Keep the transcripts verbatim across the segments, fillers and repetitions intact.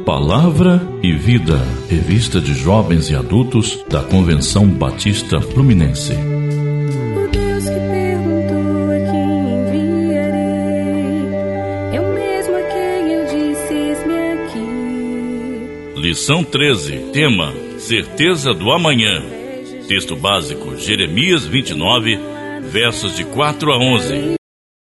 Palavra e Vida, revista de jovens e adultos da Convenção Batista Fluminense. O Deus que perguntou a quem enviarei, é o mesmo a quem eu disse, eis-me aqui. Lição treze, tema: Certeza do Amanhã. Texto básico, Jeremias vinte e nove, versos de quatro a onze.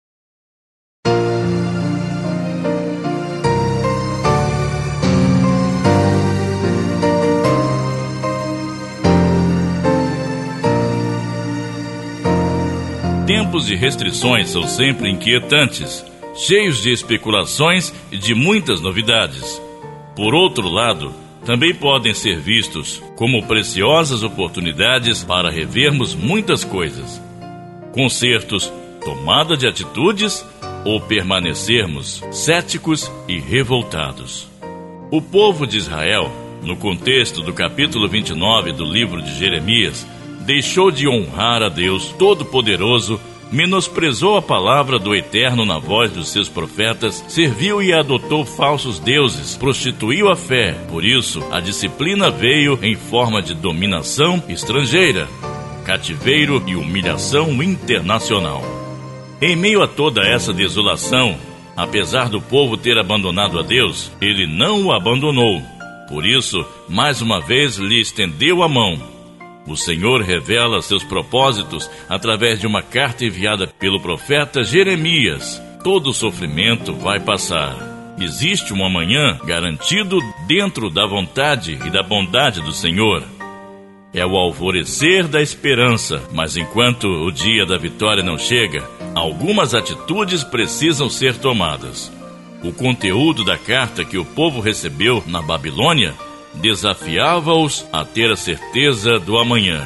Tempos de restrições são sempre inquietantes, cheios de especulações e de muitas novidades. Por outro lado, também podem ser vistos como preciosas oportunidades para revermos muitas coisas, consertos, tomada de atitudes ou permanecermos céticos e revoltados. O povo de Israel, no contexto do capítulo vinte e nove do livro de Jeremias, deixou de honrar a Deus Todo-Poderoso, menosprezou a palavra do Eterno na voz dos seus profetas, serviu e adotou falsos deuses, prostituiu a fé. Por isso, a disciplina veio em forma de dominação estrangeira, cativeiro e humilhação internacional. Em meio a toda essa desolação, apesar do povo ter abandonado a Deus, ele não o abandonou. Por isso, mais uma vez lhe estendeu a mão. O Senhor revela seus propósitos através de uma carta enviada pelo profeta Jeremias. Todo sofrimento vai passar. Existe um amanhã garantido dentro da vontade e da bondade do Senhor. É o alvorecer da esperança, mas enquanto o dia da vitória não chega, algumas atitudes precisam ser tomadas. O conteúdo da carta que o povo recebeu na Babilônia desafiava-os a ter a certeza do amanhã.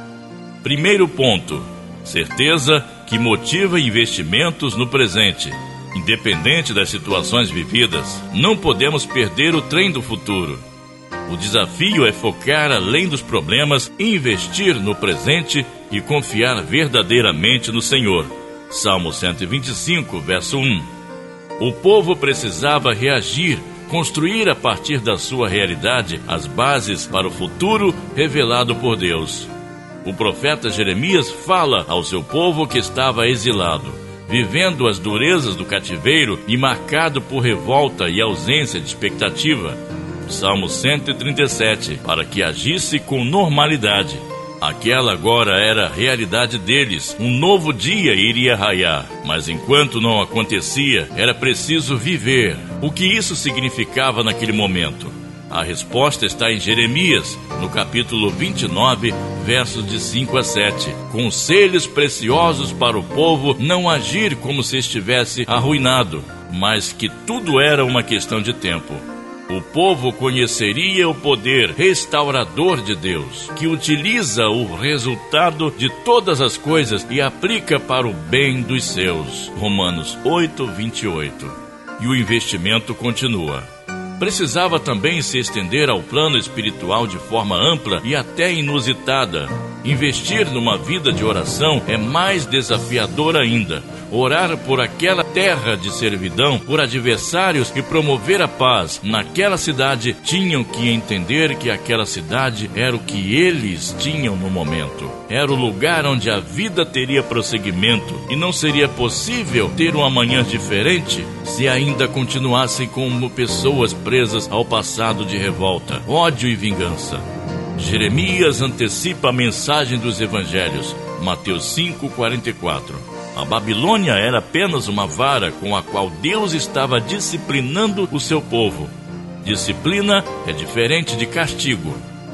Primeiro ponto: certeza que motiva investimentos no presente. Independente das situações vividas, não podemos perder o trem do futuro. O desafio é focar além dos problemas, investir no presente e confiar verdadeiramente no Senhor. Salmo cento e vinte e cinco, verso um. O povo precisava reagir, construir a partir da sua realidade as bases para o futuro revelado por Deus. O profeta Jeremias fala ao seu povo que estava exilado, vivendo as durezas do cativeiro e marcado por revolta e ausência de expectativa. Salmo cento e trinta e sete, para que agisse com normalidade. Aquela agora era a realidade deles. Um novo dia iria raiar, mas enquanto não acontecia, era preciso viver. O que isso significava naquele momento? A resposta está em Jeremias, no capítulo vinte e nove, versos de cinco a sete. Conselhos preciosos para o povo não agir como se estivesse arruinado, mas que tudo era uma questão de tempo. O povo conheceria o poder restaurador de Deus, que utiliza o resultado de todas as coisas e aplica para o bem dos seus. Romanos oito, vinte e oito. E o investimento continua. Precisava também se estender ao plano espiritual de forma ampla e até inusitada. Investir numa vida de oração é mais desafiador ainda. Orar por aquela terra de servidão, por adversários e promover a paz naquela cidade, tinham que entender que aquela cidade era o que eles tinham no momento. Era o lugar onde a vida teria prosseguimento e não seria possível ter um amanhã diferente se ainda continuassem como pessoas presas ao passado de revolta, ódio e vingança. Jeremias antecipa a mensagem dos evangelhos, Mateus cinco, quarenta e quatro. A Babilônia era apenas uma vara com a qual Deus estava disciplinando o seu povo. Disciplina é diferente de castigo.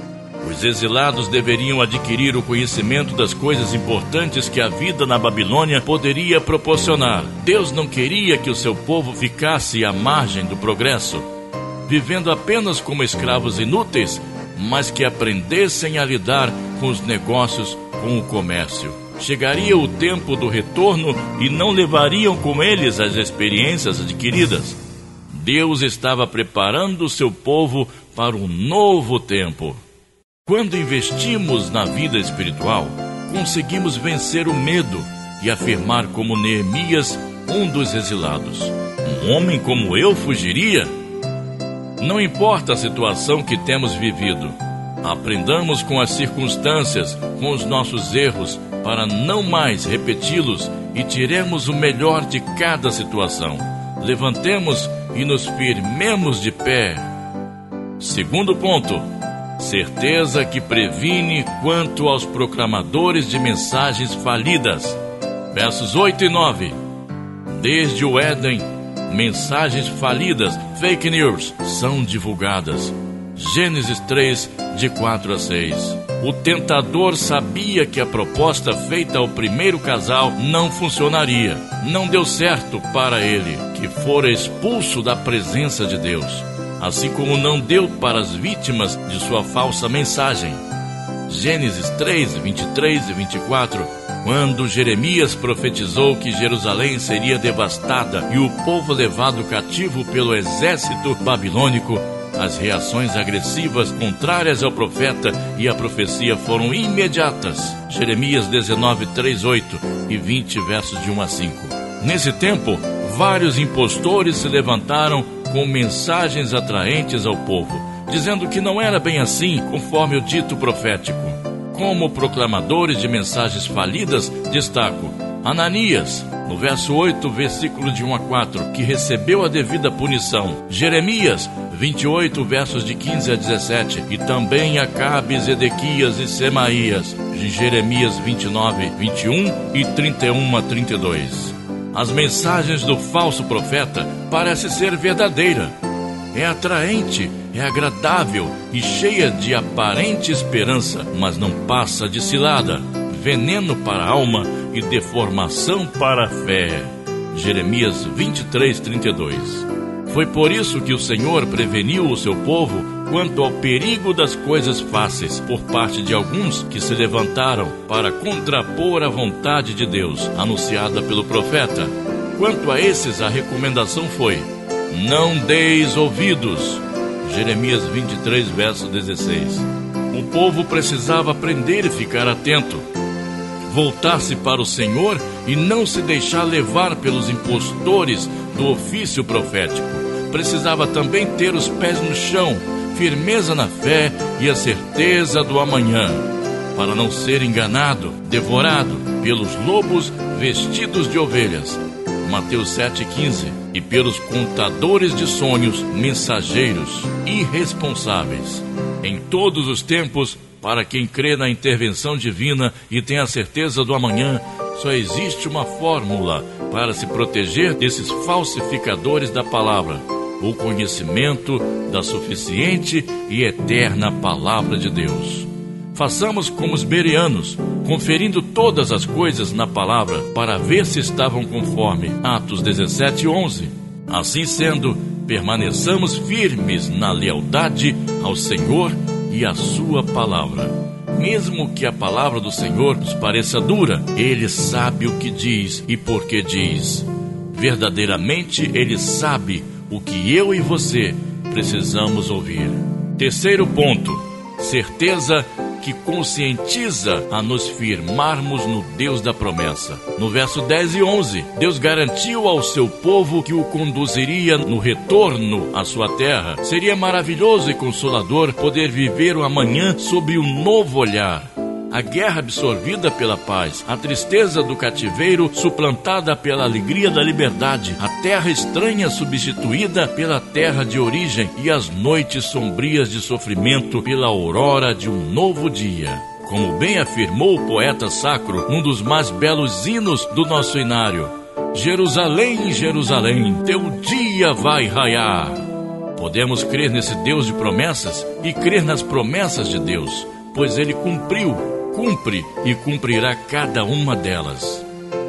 Os exilados deveriam adquirir o conhecimento das coisas importantes que a vida na Babilônia poderia proporcionar. Deus não queria que o seu povo ficasse à margem do progresso, vivendo apenas como escravos inúteis, mas que aprendessem a lidar com os negócios, com o comércio. Chegaria o tempo do retorno e não levariam com eles as experiências adquiridas. Deus estava preparando o seu povo para um novo tempo. Quando investimos na vida espiritual, conseguimos vencer o medo e afirmar como Neemias, um dos exilados: um homem como eu fugiria? Não importa a situação que temos vivido, aprendamos com as circunstâncias, com os nossos erros, para não mais repeti-los e tiremos o melhor de cada situação. Levantemos e nos firmemos de pé. Segundo ponto, certeza que previne quanto aos proclamadores de mensagens falidas. Versos oito e nove. Desde o Éden, mensagens falidas, fake news, são divulgadas. Gênesis três, de quatro a seis. O tentador sabia que a proposta feita ao primeiro casal não funcionaria. Não deu certo para ele, que fora expulso da presença de Deus. Assim como não deu para as vítimas de sua falsa mensagem. Gênesis três, vinte e três e vinte e quatro. Quando Jeremias profetizou que Jerusalém seria devastada e o povo levado cativo pelo exército babilônico, as reações agressivas contrárias ao profeta e à profecia foram imediatas. Jeremias dezenove, três, oito e vinte, versos de um a cinco. Nesse tempo, vários impostores se levantaram com mensagens atraentes ao povo, dizendo que não era bem assim, conforme o dito profético. Como proclamadores de mensagens falidas, destaco Ananias, no verso oito, versículo de um a quatro, que recebeu a devida punição. Jeremias, vinte e oito, versos de quinze a dezessete, e também Acabe, Zedequias e Semaías, de Jeremias vinte e nove, vinte e um e trinta e um a trinta e dois. As mensagens do falso profeta parecem ser verdadeira. É atraente, é agradável e cheia de aparente esperança, mas não passa de cilada, veneno para a alma e deformação para a fé. Jeremias vinte e três, trinta e dois. Foi por isso que o Senhor preveniu o seu povo quanto ao perigo das coisas fáceis por parte de alguns que se levantaram para contrapor a vontade de Deus, anunciada pelo profeta. Quanto a esses, a recomendação foi: não deis ouvidos. Jeremias vinte e três, verso dezesseis. O povo precisava aprender e ficar atento, voltar-se para o Senhor e não se deixar levar pelos impostores do ofício profético. Precisava também ter os pés no chão, firmeza na fé e a certeza do amanhã, para não ser enganado, devorado pelos lobos vestidos de ovelhas. Mateus sete, quinze. E pelos contadores de sonhos, mensageiros irresponsáveis. Em todos os tempos, para quem crê na intervenção divina e tem a certeza do amanhã, só existe uma fórmula para se proteger desses falsificadores da palavra: o conhecimento da suficiente e eterna palavra de Deus. Façamos como os bereanos, conferindo todas as coisas na palavra para ver se estavam conforme. Atos dezessete, onze. Assim sendo, permaneçamos firmes na lealdade ao Senhor e à sua palavra. Mesmo que a palavra do Senhor nos pareça dura, Ele sabe o que diz e por que diz. Verdadeiramente, Ele sabe o que eu e você precisamos ouvir. Terceiro ponto, certeza que conscientiza a nos firmarmos no Deus da promessa. No verso dez e onze, Deus garantiu ao seu povo que o conduziria no retorno à sua terra. Seria maravilhoso e consolador poder viver o amanhã sob um novo olhar. A guerra absorvida pela paz, a tristeza do cativeiro suplantada pela alegria da liberdade, a terra estranha substituída pela terra de origem e as noites sombrias de sofrimento pela aurora de um novo dia. Como bem afirmou o poeta sacro num dos mais belos hinos do nosso inário: Jerusalém, Jerusalém, teu dia vai raiar. Podemos crer nesse Deus de promessas e crer nas promessas de Deus, pois Ele cumpriu, cumpre e cumprirá cada uma delas.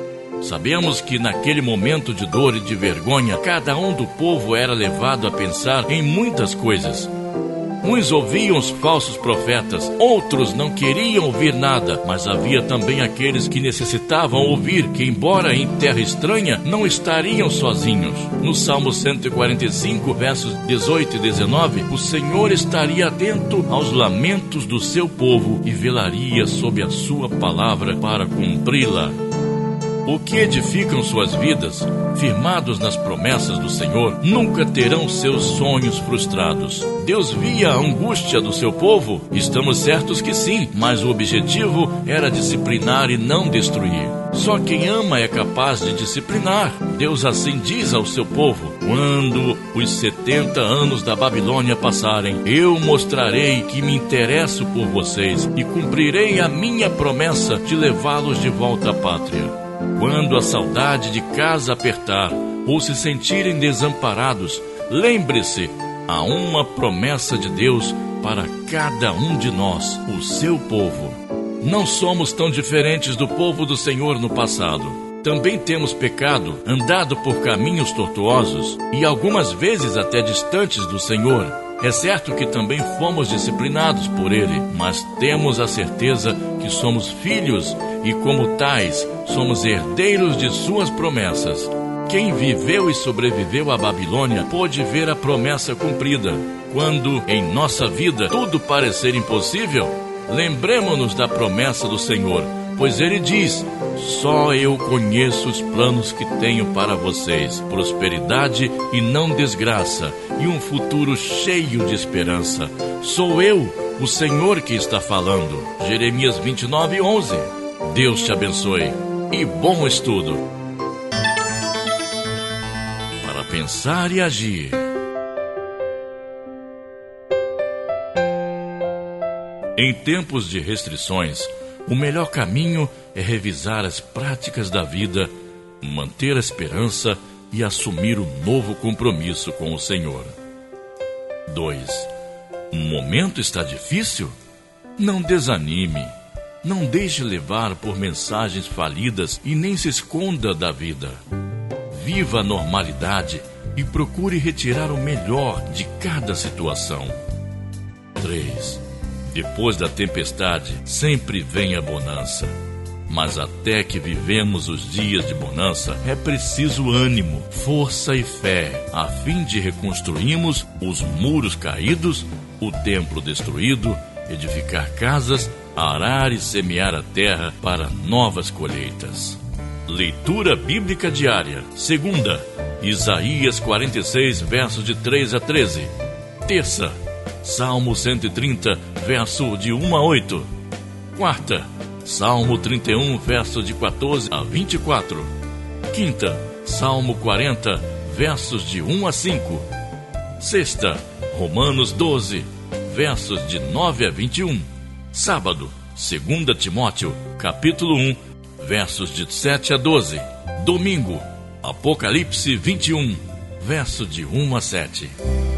Sabemos que naquele momento de dor e de vergonha, cada um do povo era levado a pensar em muitas coisas. Uns ouviam os falsos profetas, outros não queriam ouvir nada, mas havia também aqueles que necessitavam ouvir que, embora em terra estranha, não estariam sozinhos. No Salmo cento e quarenta e cinco, versos dezoito e dezenove, o Senhor estaria atento aos lamentos do seu povo e velaria sob a sua palavra para cumpri-la. o que edificam suas vidas, firmados nas promessas do Senhor, nunca terão seus sonhos frustrados. Deus via a angústia do seu povo? Estamos certos que sim, mas o objetivo era disciplinar e não destruir. Só quem ama é capaz de disciplinar. Deus assim diz ao seu povo: quando os setenta anos da Babilônia passarem, eu mostrarei que me interesso por vocês e cumprirei a minha promessa de levá-los de volta à pátria. Quando a saudade de casa apertar ou se sentirem desamparados, lembre-se, há uma promessa de Deus para cada um de nós, o seu povo. Não somos tão diferentes do povo do Senhor no passado. Também temos pecado, andado por caminhos tortuosos e algumas vezes até distantes do Senhor. É certo que também fomos disciplinados por Ele, mas temos a certeza que somos filhos e, como tais, somos herdeiros de suas promessas. Quem viveu e sobreviveu à Babilônia pôde ver a promessa cumprida. Quando, em nossa vida, tudo parecer impossível, lembremos-nos da promessa do Senhor, pois Ele diz: só eu conheço os planos que tenho para vocês, prosperidade e não desgraça, e um futuro cheio de esperança. Sou eu, o Senhor, que está falando. Jeremias vinte e nove, onze. Deus te abençoe e bom estudo. Para pensar e agir. Em tempos de restrições, o melhor caminho é revisar as práticas da vida, manter a esperança e assumir um novo compromisso com o Senhor. dois. O momento está difícil? Não desanime. Não deixe levar por mensagens falidas e nem se esconda da vida. Viva a normalidade e procure retirar o melhor de cada situação. três. Depois da tempestade, sempre vem a bonança. Mas até que vivemos os dias de bonança, é preciso ânimo, força e fé, a fim de reconstruirmos os muros caídos, o templo destruído, edificar casas, arar e semear a terra para novas colheitas. Leitura Bíblica Diária. Segunda, Isaías quarenta e seis, versos de três a treze. Terça, Salmo cento e trinta, verso de um a oito. Quarta, Salmo trinta e um, verso de quatorze a vinte e quatro. Quinta, Salmo quarenta, versos de um a cinco. Sexta, Romanos doze, versos de nove a vinte e um. Sábado, Segunda Timóteo, capítulo um, versos de sete a doze. Domingo, Apocalipse vinte e um, verso de um a sete.